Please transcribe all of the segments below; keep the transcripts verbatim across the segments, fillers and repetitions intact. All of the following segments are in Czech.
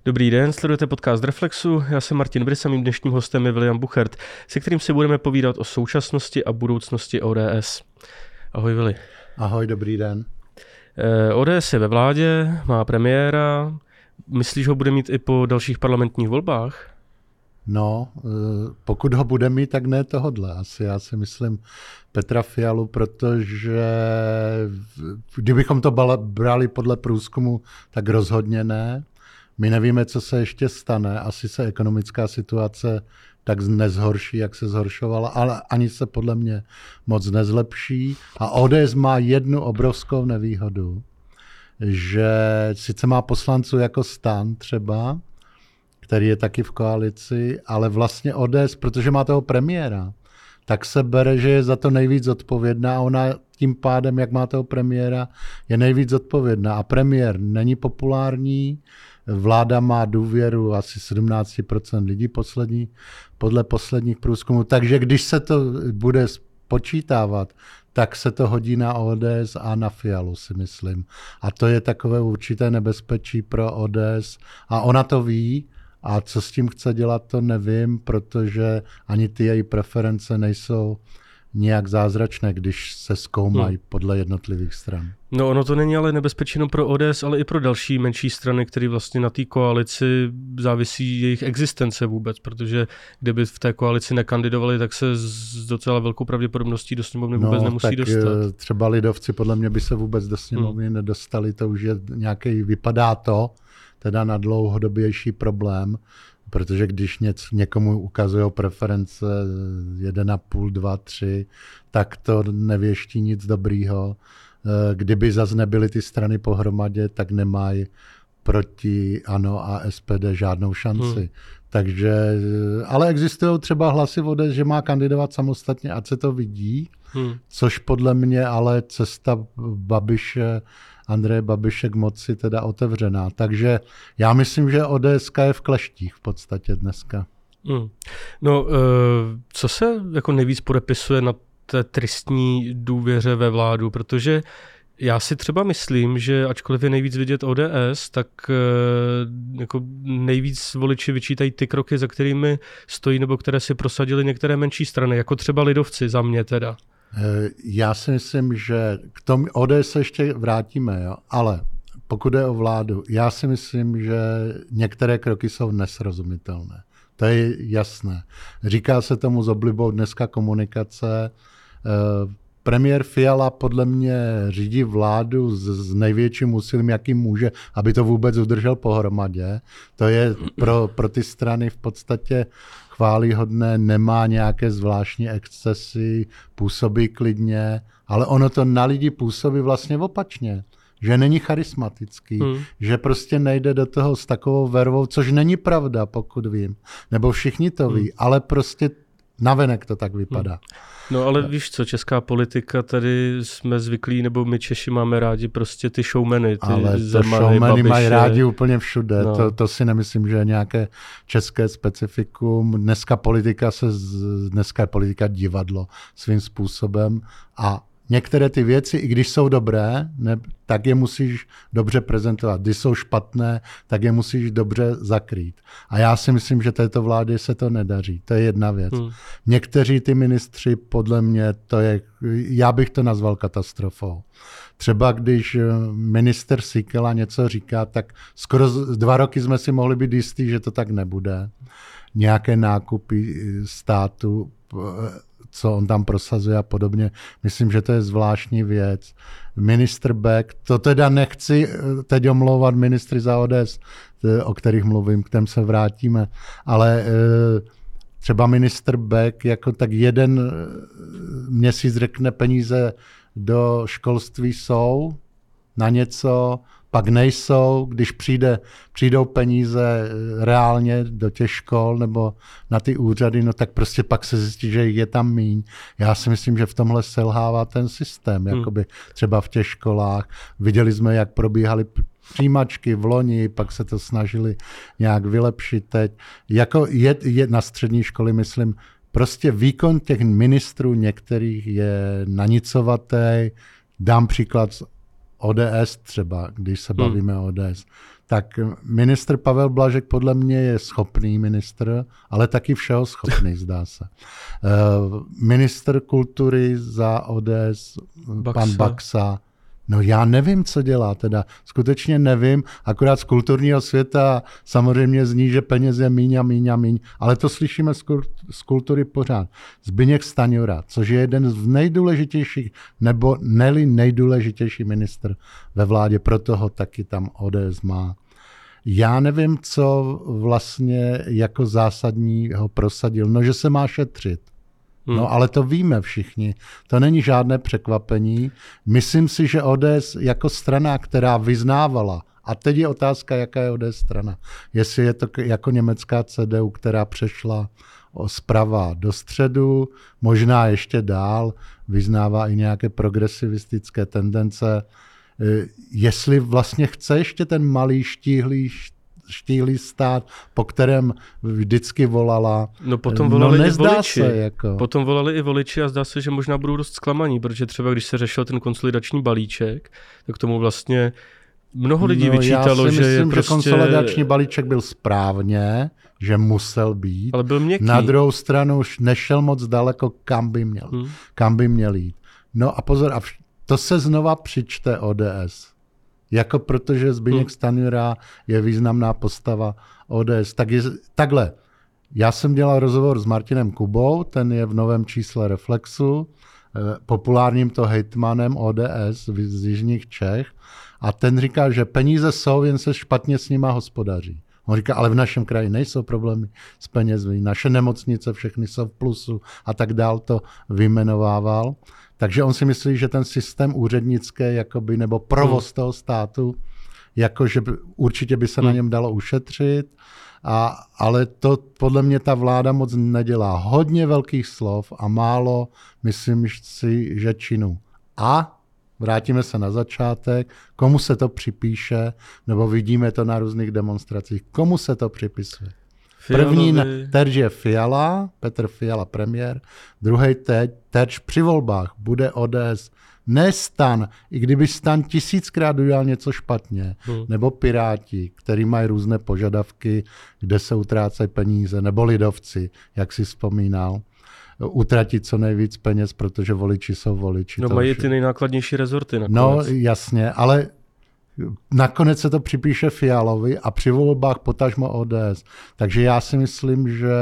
Dobrý den, sledujete podcast Reflexu, já jsem Martin Brys a mým dnešním hostem je William Buchert, se kterým si budeme povídat o současnosti a budoucnosti O D S. Ahoj Willi. Ahoj, dobrý den. O D S je ve vládě, má premiéra, myslíš, ho bude mít i po dalších parlamentních volbách? No, pokud ho bude mít, tak ne tohodle. Asi já si myslím Petra Fialu, protože kdybychom to brali podle průzkumu, tak rozhodně ne. My nevíme, co se ještě stane. Asi se ekonomická situace tak nezhorší, jak se zhoršovala, ale ani se podle mě moc nezlepší. A O D S má jednu obrovskou nevýhodu, že sice má poslanců jako STAN třeba, který je taky v koalici, ale vlastně O D S, protože má toho premiéra, tak se bere, že je za to nejvíc zodpovědná a ona tím pádem, jak má toho premiéra, je nejvíc zodpovědná. A premiér není populární, vláda má důvěru asi sedmnáct procent lidí poslední, podle posledních průzkumů, takže když se to bude počítávat, tak se to hodí na O D S a na Fialu, si myslím. A to je takové určité nebezpečí pro O D S a ona to ví. A co s tím chce dělat, to nevím, protože ani ty její preference nejsou nějak zázračné, když se zkoumají hmm. podle jednotlivých stran. No ono to není ale nebezpečí jenom pro O D S, ale i pro další menší strany, které vlastně na té koalici závisí jejich existence vůbec, protože kdyby v té koalici nekandidovali, tak se s docela velkou pravděpodobností do sněmovny vůbec no, nemusí tak dostat. Třeba lidovci podle mě by se vůbec do sněmovny hmm. nedostali, to už je nějaký, vypadá to, teda na dlouhodobější problém, protože když něc, někomu ukazují preference jedna celá pět, dva, tři, tak to nevěští nic dobrýho. Kdyby zase nebyly ty strany pohromadě, tak nemají proti ANO a S P D žádnou šanci. Hmm. Takže, ale existují třeba hlasy o D S, že má kandidovat samostatně, ať se to vidí, hmm. což podle mě ale cesta Babiše, Andreje Babiše k moci teda otevřená. Takže já myslím, že O D S je v kleštích v podstatě dneska. Hmm. No, co se jako nejvíc podepisuje na té tristní důvěře ve vládu, protože já si třeba myslím, že ačkoliv je nejvíc vidět O D S, tak jako nejvíc voliči vyčítají ty kroky, za kterými stojí nebo které si prosadili některé menší strany, jako třeba lidovci za mě teda. Já si myslím, že k tomu O D S se ještě vrátíme, jo? Ale pokud je o vládu, já si myslím, že některé kroky jsou nesrozumitelné. To je jasné. Říká se tomu s oblibou dneska komunikace. Premiér Fiala podle mě řídí vládu s, s největším úsilím, jakým může, aby to vůbec udržel pohromadě. To je pro, pro ty strany v podstatě chvályhodné, nemá nějaké zvláštní excesy, působí klidně, ale ono to na lidi působí vlastně opačně. Že není charismatický, hmm. že prostě nejde do toho s takovou vervou, což není pravda, pokud vím. Nebo všichni to ví, hmm. ale prostě navenek to tak vypadá. Hmm. No ale víš co, česká politika, tady jsme zvyklí, nebo my Češi máme rádi prostě ty showmany. Ty ale to Zemany, showmany Babiše. Mají rádi úplně všude. No. To, to si nemyslím, že je nějaké české specifikum. Dneska politika se, dneska je politika divadlo svým způsobem a některé ty věci, i když jsou dobré, ne, tak je musíš dobře prezentovat. Když jsou špatné, tak je musíš dobře zakrýt. A já si myslím, že této vládě se to nedaří. To je jedna věc. Hmm. Někteří ty ministři, podle mě, to je, já bych to nazval katastrofou. Třeba když minister Síkela něco říká, tak skoro dva roky jsme si mohli být jistí, že to tak nebude. Nějaké nákupy státu, co on tam prosazuje a podobně. Myslím, že to je zvláštní věc. Ministr Beck, to teda nechci teď omlouvat ministry za O D S, o kterých mluvím, k těm se vrátíme, ale třeba ministr Beck jako tak jeden měsíc řekne, peníze do školství jsou na něco, pak nejsou, když přijde, přijdou peníze reálně do těch škol nebo na ty úřady, no tak prostě pak se zjistí, že je tam míň. Já si myslím, že v tomhle selhává ten systém, hmm. jakoby třeba v těch školách. Viděli jsme, jak probíhaly přijímačky v loni, pak se to snažili nějak vylepšit teď. Jako je, je na střední školy, myslím, prostě výkon těch ministrů některých je nanicovatý. Dám příklad O D S třeba, když se bavíme hmm. o O D S, tak ministr Pavel Blažek podle mě je schopný ministr, ale taky všeho schopný, zdá se. Ministr kultury za O D S, Baxa. Pan Baxa, no já nevím, co dělá teda. Skutečně nevím, akorát z kulturního světa samozřejmě zní, že peněz je míň a míň a míň, ale to slyšíme z kultury pořád. Zbyněk Stanjura, což je jeden z nejdůležitějších, nebo ne-li nejdůležitější ministr ve vládě, proto ho taky tam O D S má. Já nevím, co vlastně jako zásadní ho prosadil. No, že se má šetřit. Hmm. No, ale to víme všichni. To není žádné překvapení. Myslím si, že O D S jako strana, která vyznávala, a teď je otázka, jaká je O D S strana. Jestli je to jako německá C D U, která přešla zprava do středu, možná ještě dál, vyznává i nějaké progresivistické tendence. Jestli vlastně chce ještě ten malý štíhlý, štíhlý stát, po kterém vždycky volala. No potom volali no, i voliči. Se, jako. Potom volali i voliči a zdá se, že možná budou dost zklamaní, protože třeba když se řešil ten konsolidační balíček, tak tomu vlastně mnoho lidí no, vyčítalo, já si že myslím, je prostě... že konsolidační balíček byl správně, že musel být. Ale byl měkký. Na druhou stranu už nešel moc daleko, kam by měl, hmm. kam by měl jít. No a pozor, a vš- to se znova přičte O D S. Jako protože Zbyněk hmm. Stanjura je významná postava O D S. Tak je, takhle, já jsem dělal rozhovor s Martinem Kubou, ten je v novém čísle Reflexu, populárním to hejtmanem O D S z jižních Čech, a ten říká, že peníze jsou, jen se špatně s nima hospodaří. On říká, ale v našem kraji nejsou problémy s penězmi, naše nemocnice všechny jsou v plusu a tak dál, to vyjmenovával. Takže on si myslí, že ten systém úřednický jakoby, nebo provoz hmm. toho státu, jakože určitě by se hmm. na něm dalo ušetřit, a, ale to podle mě ta vláda moc nedělá. Hodně velkých slov a málo, myslím si, že činů. A vrátíme se na začátek, komu se to připíše, nebo vidíme to na různých demonstracích, komu se to připisuje. První terč je Fiala, Petr Fiala premiér, druhý terč při volbách bude O D S. Ne STAN, i kdyby STAN tisíckrát udělal něco špatně, hmm. nebo Piráti, který mají různé požadavky, kde se utrácejí peníze, nebo lidovci, jak si vzpomínal, utratit co nejvíc peněz, protože voliči jsou voliči. No to mají už... ty nejnákladnější rezorty nakonec. No jasně, ale nakonec se to připíše Fialovi a při volbách potažmo O D S. Takže já si myslím, že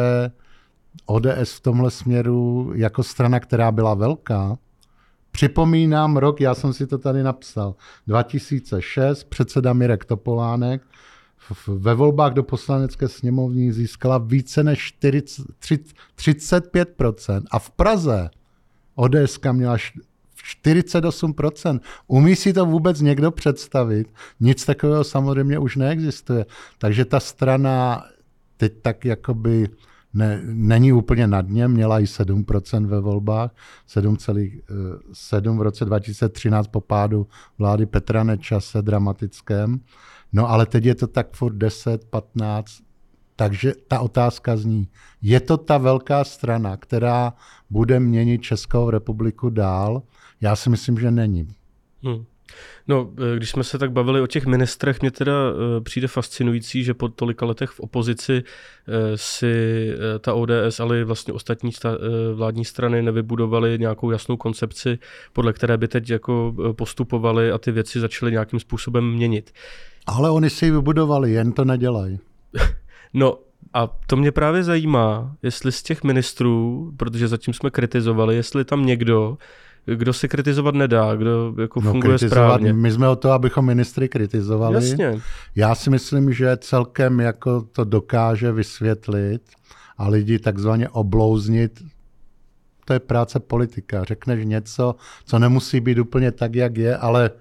O D S v tomhle směru jako strana, která byla velká, připomínám rok, já jsem si to tady napsal, dva tisíce šest, předseda Mirek Topolánek ve volbách do poslanecké sněmovny získala více než čtyřicet, třicet pět procent a v Praze ODSka měla čtyřicet osm procent. Umí si to vůbec někdo představit? Nic takového samozřejmě už neexistuje. Takže ta strana teď tak jakoby ne, není úplně na dně, měla i sedm procent ve volbách, sedm celá sedm v roce dva tisíce třináct po pádu vlády Petra Nečase dramatickém. No ale teď je to tak furt deset, patnáct, takže ta otázka zní, je to ta velká strana, která bude měnit Českou republiku dál? Já si myslím, že není. Hmm. No, když jsme se tak bavili o těch ministrech, mě teda přijde fascinující, že po tolika letech v opozici si ta O D S, ale vlastně ostatní vládní strany nevybudovaly nějakou jasnou koncepci, podle které by teď jako postupovaly a ty věci začaly nějakým způsobem měnit. Ale oni si ji vybudovali, jen to nedělají. No a to mě právě zajímá, jestli z těch ministrů, protože zatím jsme kritizovali, jestli tam někdo, kdo se kritizovat nedá, kdo jako no, funguje správně. My jsme o to, abychom ministry kritizovali. Jasně. Já si myslím, že celkem jako to dokáže vysvětlit a lidi takzvaně oblouznit. To je práce politika. Řekneš něco, co nemusí být úplně tak, jak je, ale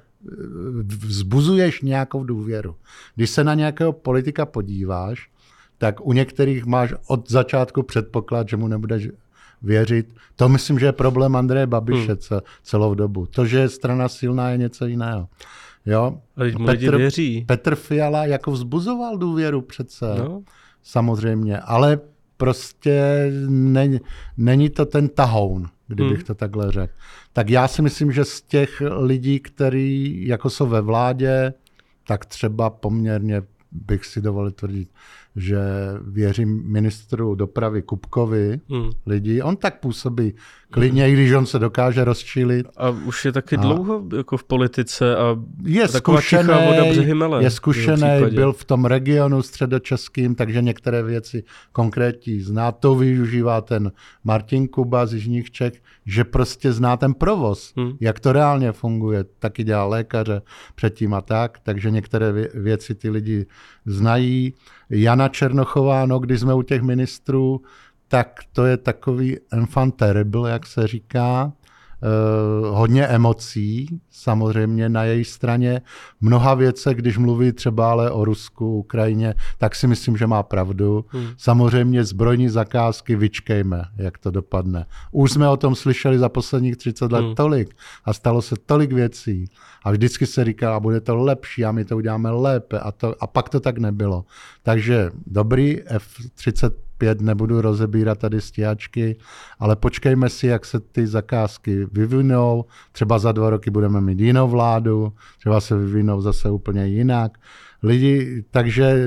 vzbuzuješ nějakou důvěru. Když se na nějakého politika podíváš, tak u některých máš od začátku předpoklad, že mu nebudeš věřit. To myslím, že je problém Andreje Babiše hmm. celou dobu. To, že je strana silná, je něco jiného. Jo? Petr, věří. Petr Fiala jako vzbuzoval důvěru přece. No. Samozřejmě. Ale prostě není, není to ten tahoun. kdybych hmm. to takhle řekl. Tak já si myslím, že z těch lidí, kteří jako jsou ve vládě, tak třeba poměrně bych si dovolil tvrdit, že věřím ministru dopravy Kupkovi, hmm. lidi, on tak působí klidně, hmm. i když on se dokáže rozčilit. A už je taky a dlouho jako v politice a je zkušený, je zkušený, byl v tom regionu středočeským, takže některé věci konkrétní zná. To využívá ten Martin Kuba z Jižních Čech, že prostě zná ten provoz, hmm. jak to reálně funguje. Taky dělal lékaře předtím a tak, takže některé věci ty lidi znají. Jana Černochová, no, když jsme u těch ministrů, tak to je takový enfant terrible, jak se říká. Eh, hodně emocí, samozřejmě na její straně. Mnoha věcech, když mluví třeba ale o Rusku, Ukrajině, tak si myslím, že má pravdu. Hmm. Samozřejmě zbrojní zakázky, vyčkejme, jak to dopadne. Už jsme o tom slyšeli za posledních třicet let hmm. tolik a stalo se tolik věcí. A vždycky se říká, a bude to lepší a my to uděláme lépe. A, to, a pak to tak nebylo. Takže dobrý, F třicet pět nebudu rozebírat tady stíhačky, ale počkejme si, jak se ty zakázky vyvinou. Třeba za dva roky budeme mít jinou vládu, třeba se vyvinou zase úplně jinak. Lidi, takže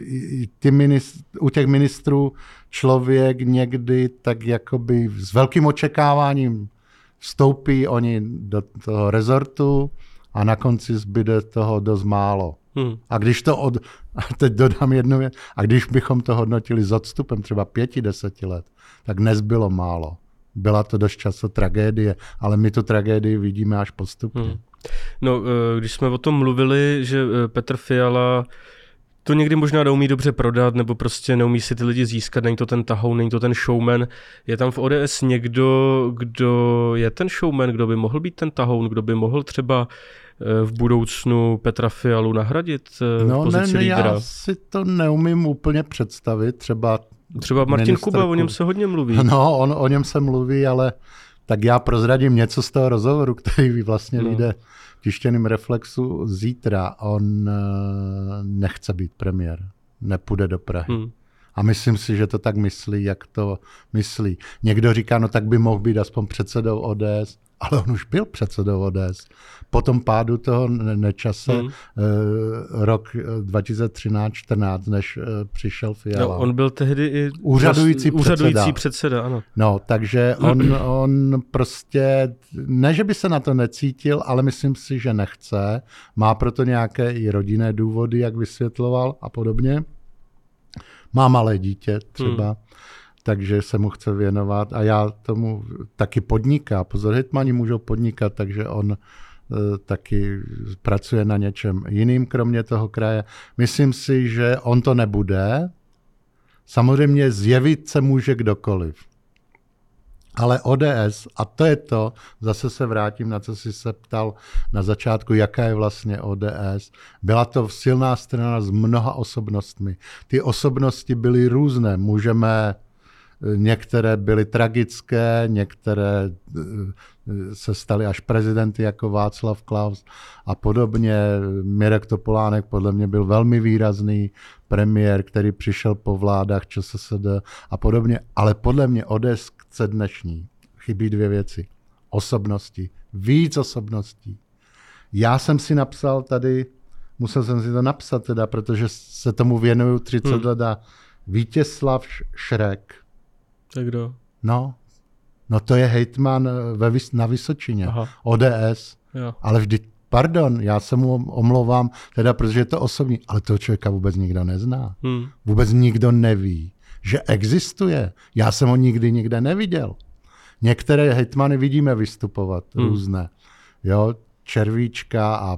ty minist, u těch ministrů člověk někdy tak jakoby s velkým očekáváním vstoupí oni do toho rezortu a na konci zbyde toho dost málo. Hmm. A když to od, a teď dodám jednu věc, a když bychom to hodnotili s odstupem třeba pěti, deseti let, tak nezbylo málo. Byla to dost často tragédie, ale my tu tragédii vidíme až postupně. Hmm. No, když jsme o tom mluvili, že Petr Fiala to někdy možná neumí dobře prodat, nebo prostě neumí si ty lidi získat, není to ten tahoun, není to ten showman. Je tam v O D S někdo, kdo je ten showman, kdo by mohl být ten tahoun, kdo by mohl třeba v budoucnu Petra Fialu nahradit v no, pozici ne, ne, lídra? Já si to neumím úplně představit. Třeba, třeba Martin Kuba, o něm se hodně mluví. No, on, o něm se mluví, ale tak já prozradím něco z toho rozhovoru, který vlastně no. vyjde v tištěném Reflexu zítra. On nechce být premiér, nepůjde do Prahy. Hmm. A myslím si, že to tak myslí, jak to myslí. Někdo říká, no tak by mohl být aspoň předsedou O D S, ale on už byl předsedou O D S. Po tom pádu toho Nečase hmm. eh, rok dva tisíce třináct čtrnáct, než eh, přišel Fiala. No, on byl tehdy i úřadující, vlast, předseda. úřadující předseda. Ano. No, takže on, on prostě, ne, že by se na to necítil, ale myslím si, že nechce. Má proto nějaké i rodinné důvody, jak vysvětloval a podobně. Má malé dítě třeba. Hmm. takže se mu chce věnovat a já tomu taky podniká. Pozor, hejtmani můžou podnikat, takže on e, taky pracuje na něčem jiným, kromě toho kraje. Myslím si, že on to nebude. Samozřejmě zjevit se může kdokoliv. Ale O D S, a to je to, zase se vrátím na co jsi se ptal na začátku, jaká je vlastně O D S. Byla to silná strana s mnoha osobnostmi. Ty osobnosti byly různé. Můžeme, některé byly tragické, některé se staly až prezidenty jako Václav Klaus a podobně. Mirek Topolánek podle mě byl velmi výrazný premiér, který přišel po vládách ČSSD a podobně. Ale podle mě O D S chce dnešní. Chybí dvě věci. Osobnosti. Víc osobností. Já jsem si napsal tady, musel jsem si to napsat teda, protože se tomu věnuju třicet hmm. let a Vítězslav Šrek. Tak kdo? No, no to je hejtman ve, na Vysočině. Aha. O D S. Jo. Ale vždy, pardon, já se mu omlouvám, teda protože je to osobní, ale toho člověka vůbec nikdo nezná. Hmm. Vůbec nikdo neví, že existuje. Já jsem ho nikdy nikde neviděl. Některé hejtmany vidíme vystupovat, hmm. různé. Jo, Červíčka a...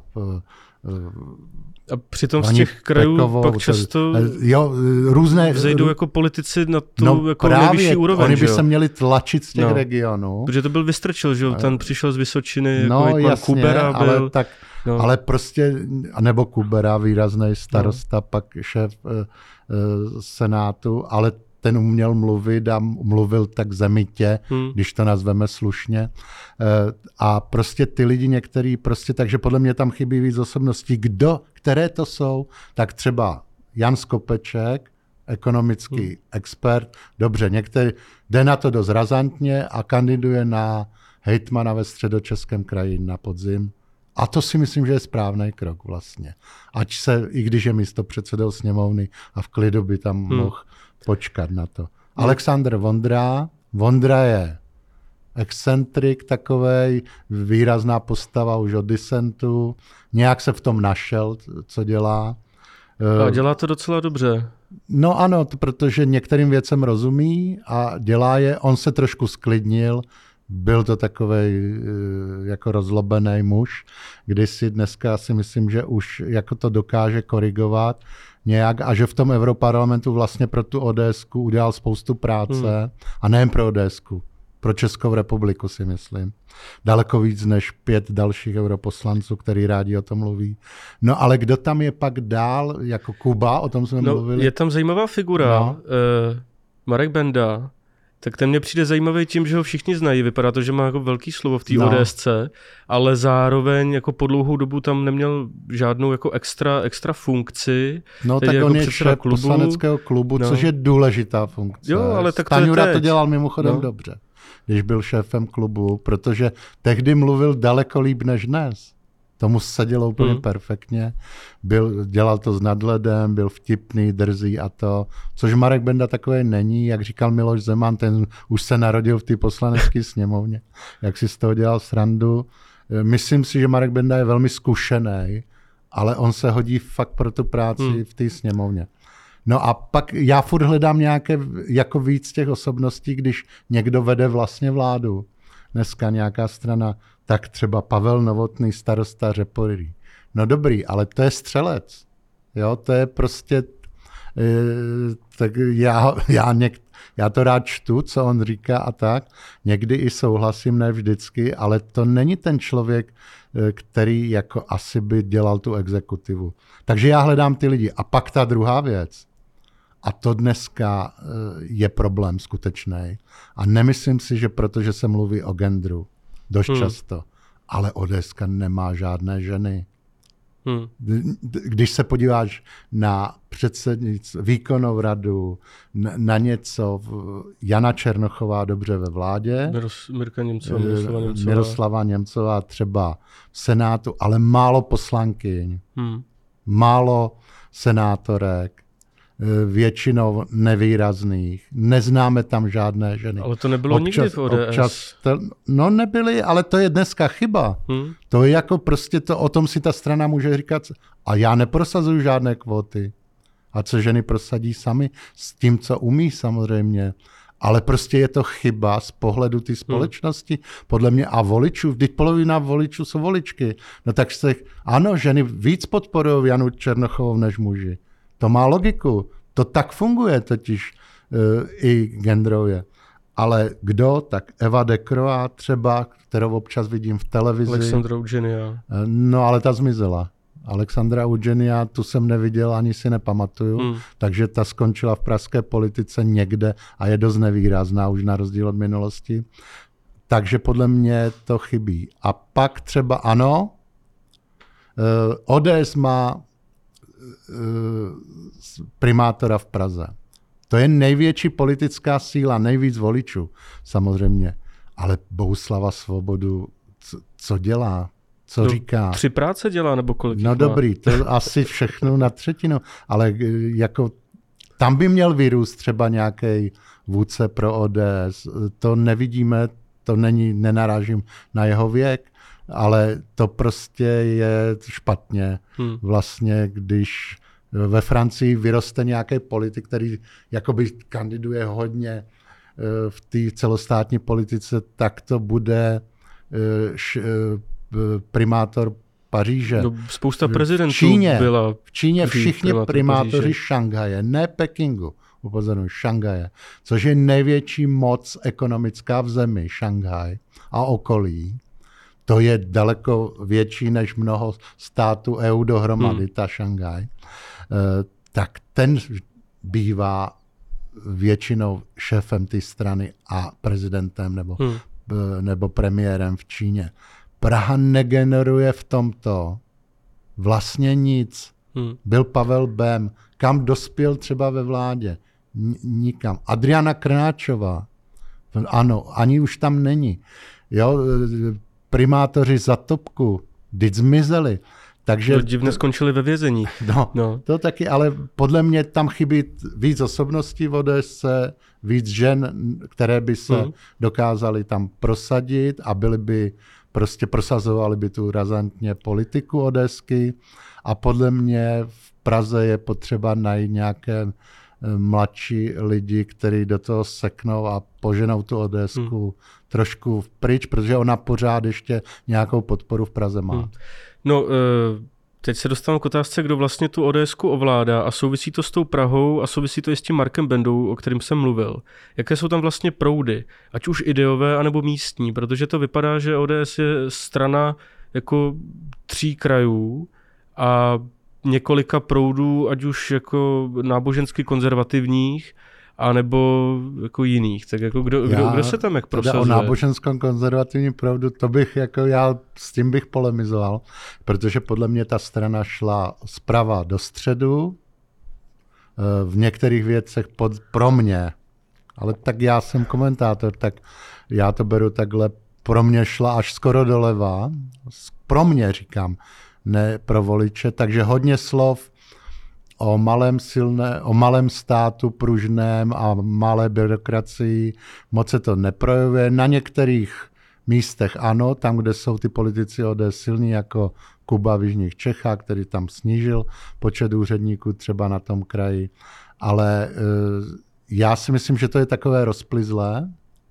A přitom z těch krajů Pekovou, pak často jo, různé, vzejdou jako politici na tu no jako právě, nejvyšší úroveň. Oni by že? se měli tlačit z těch no. regionů. Protože to byl Vystrčil, že jo? Ten přišel z Vysočiny, no, jako jasně, Kubera byl. Ale, tak, no. ale prostě, nebo Kubera, výrazný starosta, no. pak šéf e, e, senátu, ale ten uměl mluvit a mluvil tak zemitě, hmm. když to nazveme slušně. A prostě ty lidi některý prostě, takže podle mě tam chybí víc osobností. Kdo, které to jsou? Tak třeba Jan Skopeček, ekonomický hmm. expert. Dobře, některý jde na to dost razantně a kandiduje na hejtmana ve Středočeském kraji na podzim. A to si myslím, že je správný krok vlastně. Ať se, i když je místopředsedou sněmovny a v klidu by tam hmm. mohl počkat na to. Hmm. Alexandr Vondra. Vondra je excentrik takovej, výrazná postava už od disentu. Nějak se v tom našel, co dělá. A dělá to docela dobře. No ano, to, protože některým věcem rozumí a dělá je. On se trošku sklidnil. Byl to takovej jako rozlobený muž, kdysi dneska si myslím, že už jako to dokáže korigovat nějak a že v tom Europarlamentu vlastně pro tu ODSku udělal spoustu práce hmm. a nejen pro ODSku, pro Českou republiku si myslím. Daleko víc než pět dalších europoslanců, který rádi o tom mluví. No ale kdo tam je pak dál, jako Kuba, o tom jsme no, mluvili? Je tam zajímavá figura, no. uh, Marek Benda. Tak ten mě přijde zajímavý tím, že ho všichni znají. Vypadá to, že má jako velký slovo v té no. ODSce, ale zároveň jako po dlouhou dobu tam neměl žádnou jako extra, extra funkci. No teď tak jako on je šéf poslaneckého klubu, no. což je důležitá funkce. Jo, ale tak Stanjura to, to dělal mimochodem no. dobře, když byl šéfem klubu, protože tehdy mluvil daleko líp než dnes. Tomu sedělo úplně hmm. perfektně. Byl, dělal to s nadhledem, byl vtipný, drzý a to. Což Marek Benda takový není, jak říkal Miloš Zeman, ten už se narodil v té poslanecké sněmovně. Jak si z toho dělal srandu. Myslím si, že Marek Benda je velmi zkušený, ale on se hodí fakt pro tu práci hmm. v té sněmovně. No a pak já furt hledám nějaké jako víc těch osobností, když někdo vede vlastně vládu. Dneska nějaká strana, tak třeba Pavel Novotný, starosta Řeporyjí. No dobrý, ale to je střelec. Jo, to je prostě, e, tak já, já, něk, já to rád čtu, co on říká a tak. Někdy i souhlasím, ne vždycky, ale to není ten člověk, který jako asi by dělal tu exekutivu. Takže já hledám ty lidi. A pak ta druhá věc. A to dneska je problém skutečný. A nemyslím si, že protože se mluví o genderu dost hmm. často, ale ODSka nemá žádné ženy. Hmm. Když se podíváš na předsednictví, výkonnou radu, na, na něco, Jana Černochová dobře ve vládě, Miros, Mirka Němcová, Miroslava Němcová. Miroslava Němcová třeba v Senátu, ale málo poslankyň, hmm. málo senátorek, většinou nevýrazných. Neznáme tam žádné ženy. Ale to nebylo občas, nikdy v O D S. Občas, to, no nebyly, ale to je dneska chyba. Hmm. To je jako prostě to, o tom si ta strana může říkat. A já neprosazuju žádné kvóty. A co ženy prosadí sami s tím, co umí samozřejmě. Ale prostě je to chyba z pohledu té společnosti. Hmm. Podle mě a voličů, vždyť polovina voličů jsou voličky. No tak se, ano, ženy víc podporují Janu Černochovou než muži. To má logiku. To tak funguje totiž uh, i genderově. Ale kdo? Tak Eva Dekroa třeba, kterou občas vidím v televizi. Alexandra Eugenia. No ale ta zmizela. Alexandra Eugenia, tu jsem neviděl, ani si nepamatuju. Hmm. Takže ta skončila v pražské politice někde a je dost nevýrazná už na rozdíl od minulosti. Takže podle mě to chybí. A pak třeba ano, uh, O D S má primátora v Praze. To je největší politická síla, nejvíc voličů samozřejmě. Ale Bohuslava Svobodu, co, co dělá? Co no, říká? Tři práce dělá, nebo kolik? No dobrý, to asi všechno na třetinu, ale jako tam by měl vyrůst třeba nějaký vůdce pro O D S. To nevidíme, to není, nenarážím na jeho věk, ale to prostě je špatně. Hmm. Vlastně, když ve Francii vyroste nějaký politik, který jakoby kandiduje hodně v té celostátní politice, tak to bude primátor Paříže. No, spousta prezidentů v Číně, byla. V Číně všichni primátoři Paříže. Šanghaje, ne Pekingu, upozorňuji, Šanghaje, což je největší moc ekonomická v zemi, Šanghaj a okolí. To je daleko větší než mnoho států E U dohromady, hmm. ta Šanghaj. E, tak ten bývá většinou šéfem té strany a prezidentem nebo, hmm. e, nebo premiérem v Číně. Praha negeneruje v tomto vlastně nic. Hmm. Byl Pavel Bém, kam dospěl třeba ve vládě. Nikam. Adriana Krnáčová, ano, ani už tam není. Jo, primátoři Zatopku, vždyť zmizeli. Takže no, divně skončili ve vězení. No, no, to taky, ale podle mě tam chybí víc osobností v Odese, víc žen, které by se hmm. dokázaly tam prosadit a byly by, prostě prosazovali by tu razantně politiku Odesky. A podle mě v Praze je potřeba najít nějaké mladší lidi, kteří do toho seknou a poženou tu Odesku hmm. trošku pryč, protože ona pořád ještě nějakou podporu v Praze má. Hmm. No, teď se dostávám k otázce, kdo vlastně tu ODSku ovládá a souvisí to s tou Prahou a souvisí to i s tím Markem Bendou, o kterém jsem mluvil. Jaké jsou tam vlastně proudy, ať už ideové, anebo místní, protože to vypadá, že O D S je strana jako tří krajů a několika proudů, ať už jako nábožensky konzervativních, a nebo jako jiných. Tak jako kdo, kdo, kdo se tam jak prosazuje? O náboženskom konzervativním proudu, to bych jako já s tím bych polemizoval, protože podle mě ta strana šla zprava do středu, v některých věcech pod, pro mě, ale tak já jsem komentátor, tak já to beru takhle, pro mě šla až skoro doleva, pro mě říkám, ne pro voliče, takže hodně slov o malém, silné, o malém státu pružném a malé byrokracii, moc se to neprojevuje. Na některých místech ano, tam, kde jsou ty politici O D S silní, jako Kuba v jižních Čechách, který tam snížil počet úředníků třeba na tom kraji. Ale e, já si myslím, že to je takové rozplizlé,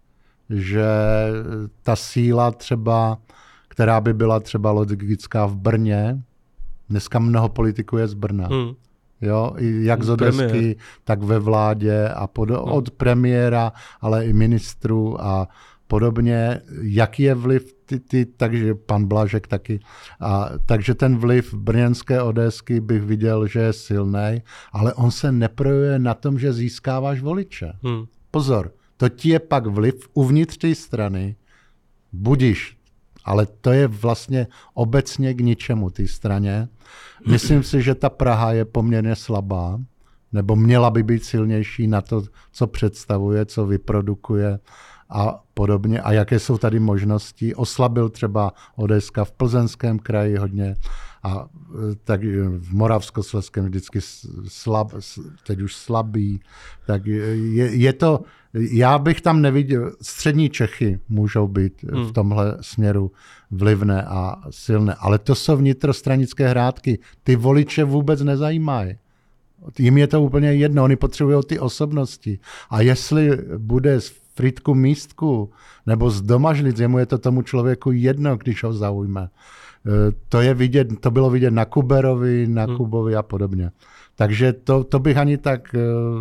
že ta síla třeba, která by byla třeba logická v Brně, dneska mnoho politiků je z Brna. Hmm. Jo, jak z Odesky, tak ve vládě a pod, no. od premiéra, ale i ministrů a podobně. Jaký je vliv, ty, ty, takže pan Blažek taky. A, takže ten vliv brněnské Odesky bych viděl, že je silný, ale on se neprojevuje na tom, že získáváš voliče. Hmm. Pozor, to ti je pak vliv uvnitř té strany, budiš, ale to je vlastně obecně k ničemu té straně. Myslím si, že ta Praha je poměrně slabá, nebo měla by být silnější na to, co představuje, co vyprodukuje a podobně. A jaké jsou tady možnosti. Oslabil třeba Odeska v Plzeňském kraji hodně a tak v Moravskoslezském vždycky slab, teď už slabý. Tak je, je to, já bych tam neviděl, střední Čechy můžou být hmm. v tomhle směru vlivné a silné, ale to jsou vnitrostranické hrátky. Ty voliče vůbec nezajímají. Jim je to úplně jedno, oni potřebují ty osobnosti. A jestli bude z Frýdku Místku nebo z Domažlic, jemu je to tomu člověku jedno, když ho zaujme. To je vidět, to bylo vidět na Kuberovi, na hmm. Kubovi a podobně. Takže to, to bych ani tak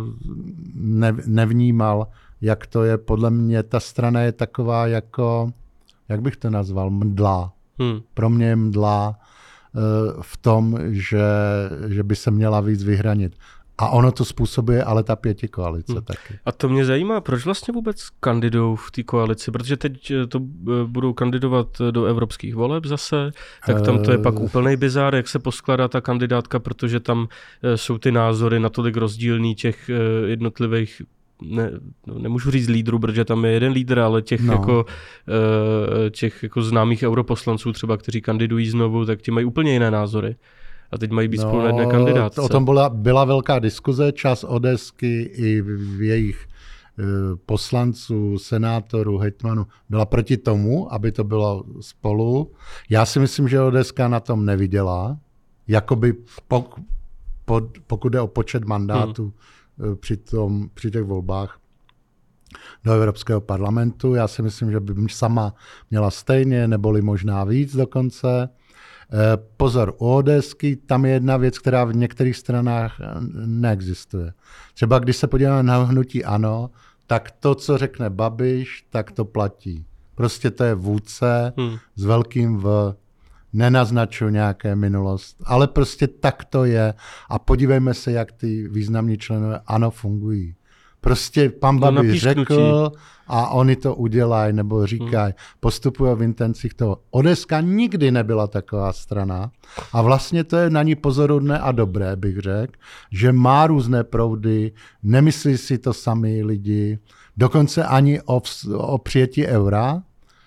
ne, nevnímal, jak to je. Podle mě ta strana je taková jako, jak bych to nazval, mdlá. Hmm. Pro mě je mdlá v tom, že, že by se měla víc vyhranit. A ono to způsobuje ale ta pětikoalice hmm. taky. A to mě zajímá, proč vlastně vůbec kandidují v té koalici, protože teď to budou kandidovat do evropských voleb zase, tak tam to je pak úplnej bizár, jak se poskládá ta kandidátka, protože tam jsou ty názory natolik rozdílný těch jednotlivých, ne, no, nemůžu říct lídrů, protože tam je jeden lídr, ale těch, no. jako, těch jako známých europoslanců třeba, kteří kandidují znovu, tak ti mají úplně jiné názory. A teď mají být no, spolu na jedné kandidátce. O tom byla, byla velká diskuze, část Odesky i v jejich e, poslanců, senátorů, hejtmanů byla proti tomu, aby to bylo spolu. Já si myslím, že Odeska na tom neviděla. Jakoby pok, pod, pokud jde o počet mandátů hmm. při, tom, při těch volbách do Evropského parlamentu. Já si myslím, že by sama měla stejně, neboli možná víc dokonce. Pozor, u Odesky tam je jedna věc, která v některých stranách neexistuje. Třeba když se podíváme na hnutí ANO, tak to, co řekne Babiš, tak to platí. Prostě to je vůdce hmm. s velkým V, nenaznačuji nějaké minulost, ale prostě tak to je. A podívejme se, jak ty významní členové ANO fungují. Prostě pan Babiš řekl a oni to udělají nebo říkají, hmm. postupují v intencích toho. ó dé eska nikdy nebyla taková strana a vlastně to je na ní pozoruhodné a dobré, bych řekl, že má různé proudy, nemyslí si to sami lidi, dokonce ani o, o přijetí eura.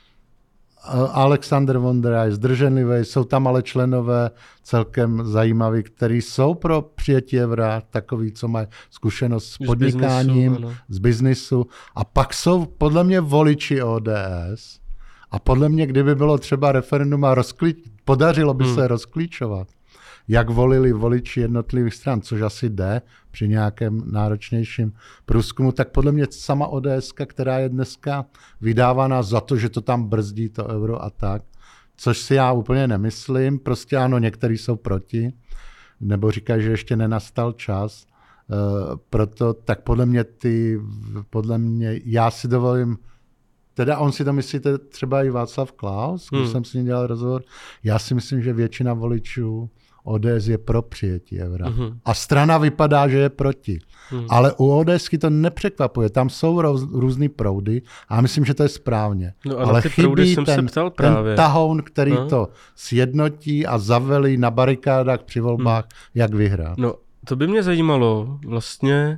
Alexander Vondra je zdrženlivý, jsou tam ale členové celkem zajímaví, kteří jsou pro přijetí eura, takový, co mají zkušenost s podnikáním, z biznisu, z biznisu. A pak jsou podle mě voliči ó dé es. A podle mě, kdyby bylo třeba referendum a rozklí... podařilo by hmm. se rozklíčovat, jak volili voliči jednotlivých stran, což asi jde při nějakém náročnějším průzkumu, tak podle mě sama ó dé eska, která je dneska vydávána za to, že to tam brzdí to euro a tak, což si já úplně nemyslím, prostě ano, někteří jsou proti, nebo říkají, že ještě nenastal čas, uh, proto tak podle mě ty, podle mě, já si dovolím, teda on si to myslíte třeba i Václav Klaus, když hmm. jsem s ním dělal rozhovor, já si myslím, že většina voličů ó dé es je pro přijetí eura. Uh-huh. A strana vypadá, že je proti. Uh-huh. Ale u ODSky to nepřekvapuje. Tam jsou roz, různý proudy a myslím, že to je správně. No ale ty chybí ten, jsem se ptal právě. ten tahoun, který uh-huh. to sjednotí a zavelí na barikádách při volbách, uh-huh. jak vyhrát. No, to by mě zajímalo vlastně,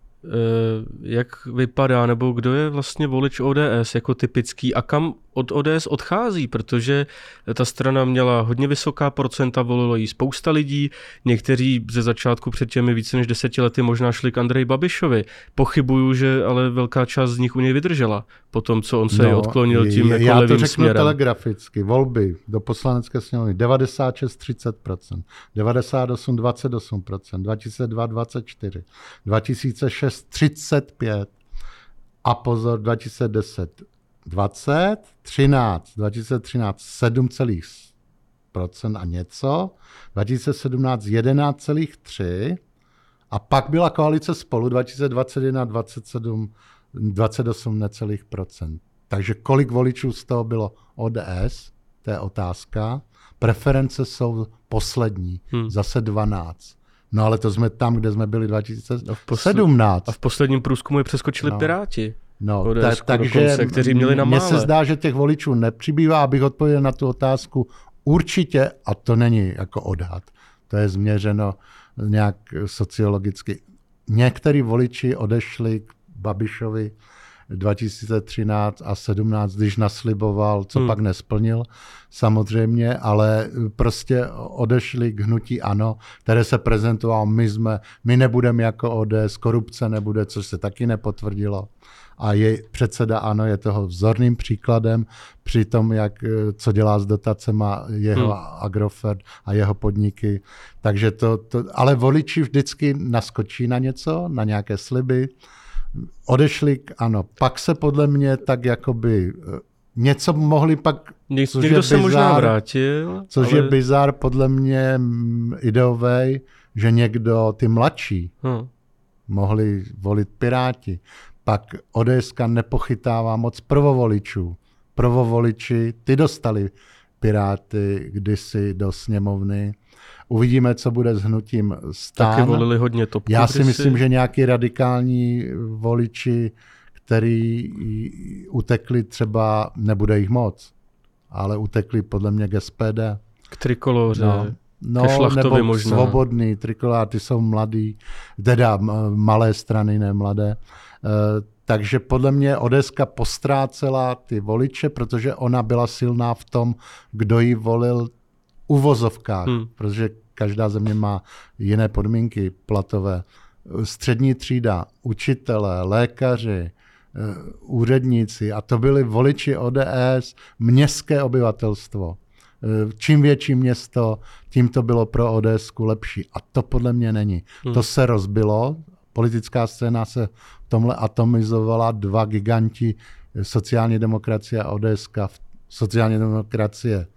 jak vypadá, nebo kdo je vlastně volič ó dé es jako typický a kam od ó dé es odchází, protože ta strana měla hodně vysoká procenta, volilo jí spousta lidí, někteří ze začátku před těmi více než deseti lety možná šli k Andreji Babišovi. Pochybuju, že ale velká část z nich u něj vydržela, po tom, co on se no, odklonil tím jako já levým to řeknu směrem. telegraficky. Volby do poslanecké sněmovny devadesát šest třicet procent, devadesát osm dvacet osm procent, dva tisíce dva dvacet čtyři, dva tisíce šest třicet pět a pozor dva tisíce deset dvacet, třináct, dva tisíce třináct sedm celá pět procenta a něco, dva tisíce sedmnáct jedenáct celá tři a pak byla koalice Spolu dva tisíce dvacet jedna dvacet sedm, dvacet osm necelých procent. Takže kolik voličů z toho bylo ó dé es, to je otázka. Preference jsou poslední, hmm. zase dvanáct. No ale to jsme tam, kde jsme byli dva tisíce sedmnáct. A v posledním průzkumu je přeskočili no. Piráti. No, ta, takže kteří měli na mále. Mně se zdá, že těch voličů nepřibývá, abych odpověděl na tu otázku. Určitě, a to není jako odhad, to je změřeno nějak sociologicky. Některý voliči odešli k Babišovi dva tisíce třináct a sedmnáct, když nasliboval, co hmm. pak nesplnil, samozřejmě, ale prostě odešli k hnutí ANO, které se prezentovalo, my jsme, my nebudeme jako ó dé es, korupce nebude, což se taky nepotvrdilo. A je, předseda ANO je toho vzorným příkladem při tom, jak, co dělá s dotacema jeho hmm. Agrofert a jeho podniky. Takže to, to, ale voliči vždycky naskočí na něco, na nějaké sliby, odešli k ANO. Pak se podle mě tak jakoby něco mohli pak, Něk, což někdo je se bizár, možná vrátil. Což ale... je bizár podle mě ideovej, že někdo, ty mladší, hmm. mohli volit Piráti. Pak ODSka nepochytává moc prvovoličů. Prvovoliči, ty dostali Piráty kdysi do sněmovny. Uvidíme, co bude s hnutím STAN. Taky volili hodně topku. Já si myslím, že nějaký radikální voliči, který utekli třeba, nebude jich moc, ale utekli podle mě k S P D. K Trikoloře, no, no, ke Šlachtovi nebo možná. Svobodný, Trikoloráty jsou mladí, teda malé strany, ne mladé. Takže podle mě ODSka postrácela ty voliče, protože ona byla silná v tom, kdo ji volil u vozovkách, hmm. protože každá země má jiné podmínky platové. Střední třída, učitelé, lékaři, úředníci, a to byli voliči O D S, městské obyvatelstvo. Čím větší město, tím to bylo pro ODSku lepší. A to podle mě není. Hmm. To se rozbilo, politická scéna se tomhle atomizovala, dva giganti, sociální demokracie a ODSka. Sociální demokracie,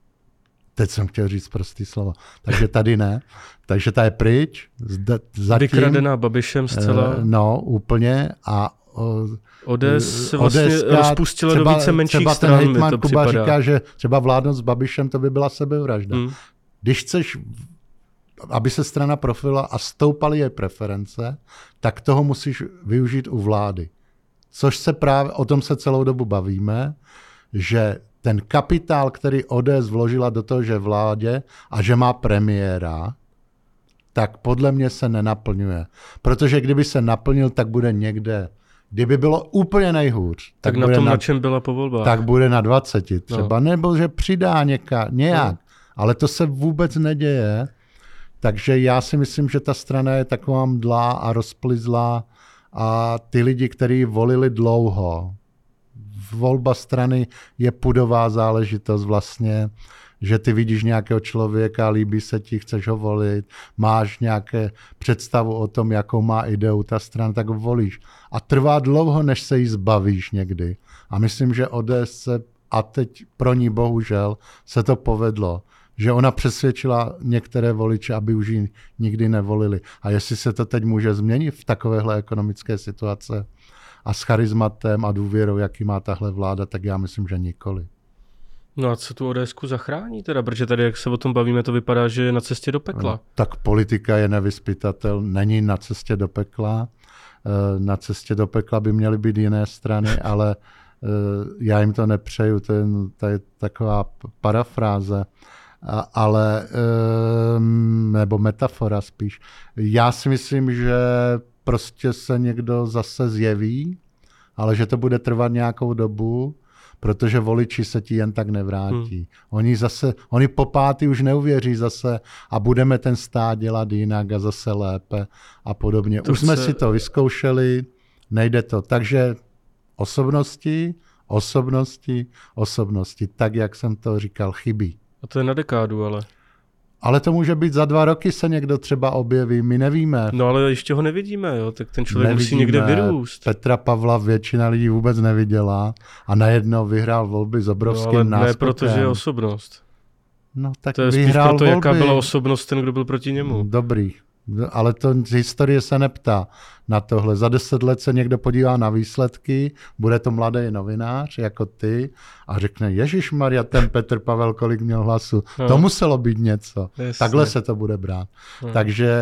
teď jsem chtěl říct prostý slovo, takže tady ne. Takže ta je pryč. Zatím, vykradená Babišem zcela. No, úplně. A O D S se vlastně rozpustila třeba, do více menších třeba stran, ten hejtman to Kuba připadá. říká, že třeba vládnout s Babišem, to by byla sebevražda. Hmm. Když chceš aby se strana profila a stoupaly její preference, tak toho musíš využít u vlády. Což se právě, o tom se celou dobu bavíme, že ten kapitál, který O D S vložila do toho, že vládě a že má premiéra, tak podle mě se nenaplňuje. Protože kdyby se naplnil, tak bude někde, kdyby bylo úplně nejhůř. Tak, tak na tom, na, na čem byla po volbách. Tak bude na dvaceti třeba, no. Nebo že přidá něka, nějak. No. Ale to se vůbec neděje. Takže já si myslím, že ta strana je taková mdlá a rozplizlá a ty lidi, kteří volili dlouho, volba strany je pudová záležitost vlastně, že ty vidíš nějakého člověka, líbí se ti, chceš ho volit, máš nějaké představu o tom, jakou má ideu ta strana, tak ho volíš. A trvá dlouho, než se jí zbavíš někdy. A myslím, že O D S se, a teď pro ní bohužel, se to povedlo, že ona přesvědčila některé voliče, aby už ji nikdy nevolili. A jestli se to teď může změnit v takovéhle ekonomické situace a s charizmatem a důvěrou, jaký má tahle vláda, tak já myslím, že nikoli. No a co tu ODSku zachrání teda? Protože tady, jak se o tom bavíme, to vypadá, že je na cestě do pekla. No, tak politika je nevyzpytatel, není na cestě do pekla. Na cestě do pekla by měly být jiné strany, ale já jim to nepřeju, to je, to je taková parafráze. Ale, nebo metafora spíš. Já si myslím, že prostě se někdo zase zjeví, ale že to bude trvat nějakou dobu, protože voliči se ti jen tak nevrátí. Hmm. Oni zase, oni po pátý už neuvěří zase a budeme ten stát dělat jinak a zase lépe a podobně. To už jsme se... si to vyzkoušeli, nejde to. Takže osobnosti, osobnosti, osobnosti, tak jak jsem to říkal, chybí. A to je na dekádu, ale... Ale to může být za dva roky se někdo třeba objeví, my nevíme. No ale ještě ho nevidíme, jo? Tak ten člověk nevidíme. Musí někde vyrůst. Petra Pavla většina lidí vůbec neviděla a najednou vyhrál volby s obrovským no, ale náskokem. Ne, protože je osobnost. No, tak to je spíš vyhrál proto, volby. Jaká byla osobnost ten, kdo byl proti němu. Dobrý, ale to z historie se neptá na tohle. Za deset let se někdo podívá na výsledky, bude to mladý novinář jako ty a řekne, ježišmarja, ten Petr Pavel, kolik měl hlasu. No. To muselo být něco. Jasně. Takhle se to bude brát. No. Takže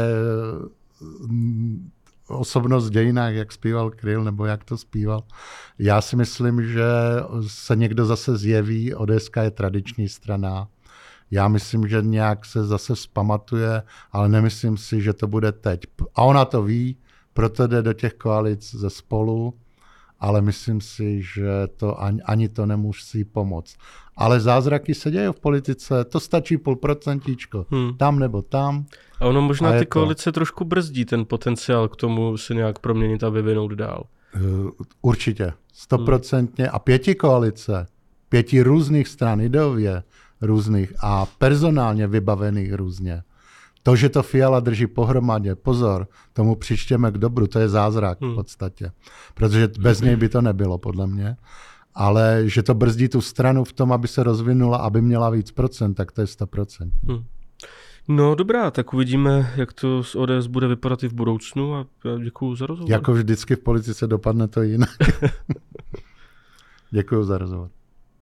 m, osobnost v dějinách, jak zpíval Kryl, nebo jak to zpíval, já si myslím, že se někdo zase zjeví, ODSka je tradiční strana. Já myslím, že nějak se zase vzpamatuje, ale nemyslím si, že to bude teď. A ona to ví, proto jde do těch koalic ze Spolu, ale myslím si, že to ani, ani to nemusí pomoct. Ale zázraky se dějí v politice, to stačí půl procentíčko, hmm. tam nebo tam. A ono možná a ty koalice to... trošku brzdí ten potenciál k tomu se nějak proměnit a vyvinout dál. Určitě, stoprocentně. Hmm. A pěti koalice, pěti různých stran ideově, různých a personálně vybavených různě. To, že to Fiala drží pohromadě, pozor, tomu přičtěme k dobru, to je zázrak hmm. v podstatě. Protože bez něj by to nebylo, podle mě. Ale že to brzdí tu stranu v tom, aby se rozvinula, aby měla víc procent, tak to je sto procent. Hmm. No dobrá, tak uvidíme, jak to s O D S bude vypadat i v budoucnu a děkuju za rozhovor. Jako vždycky v politice dopadne to jinak. Děkuju za rozhovor.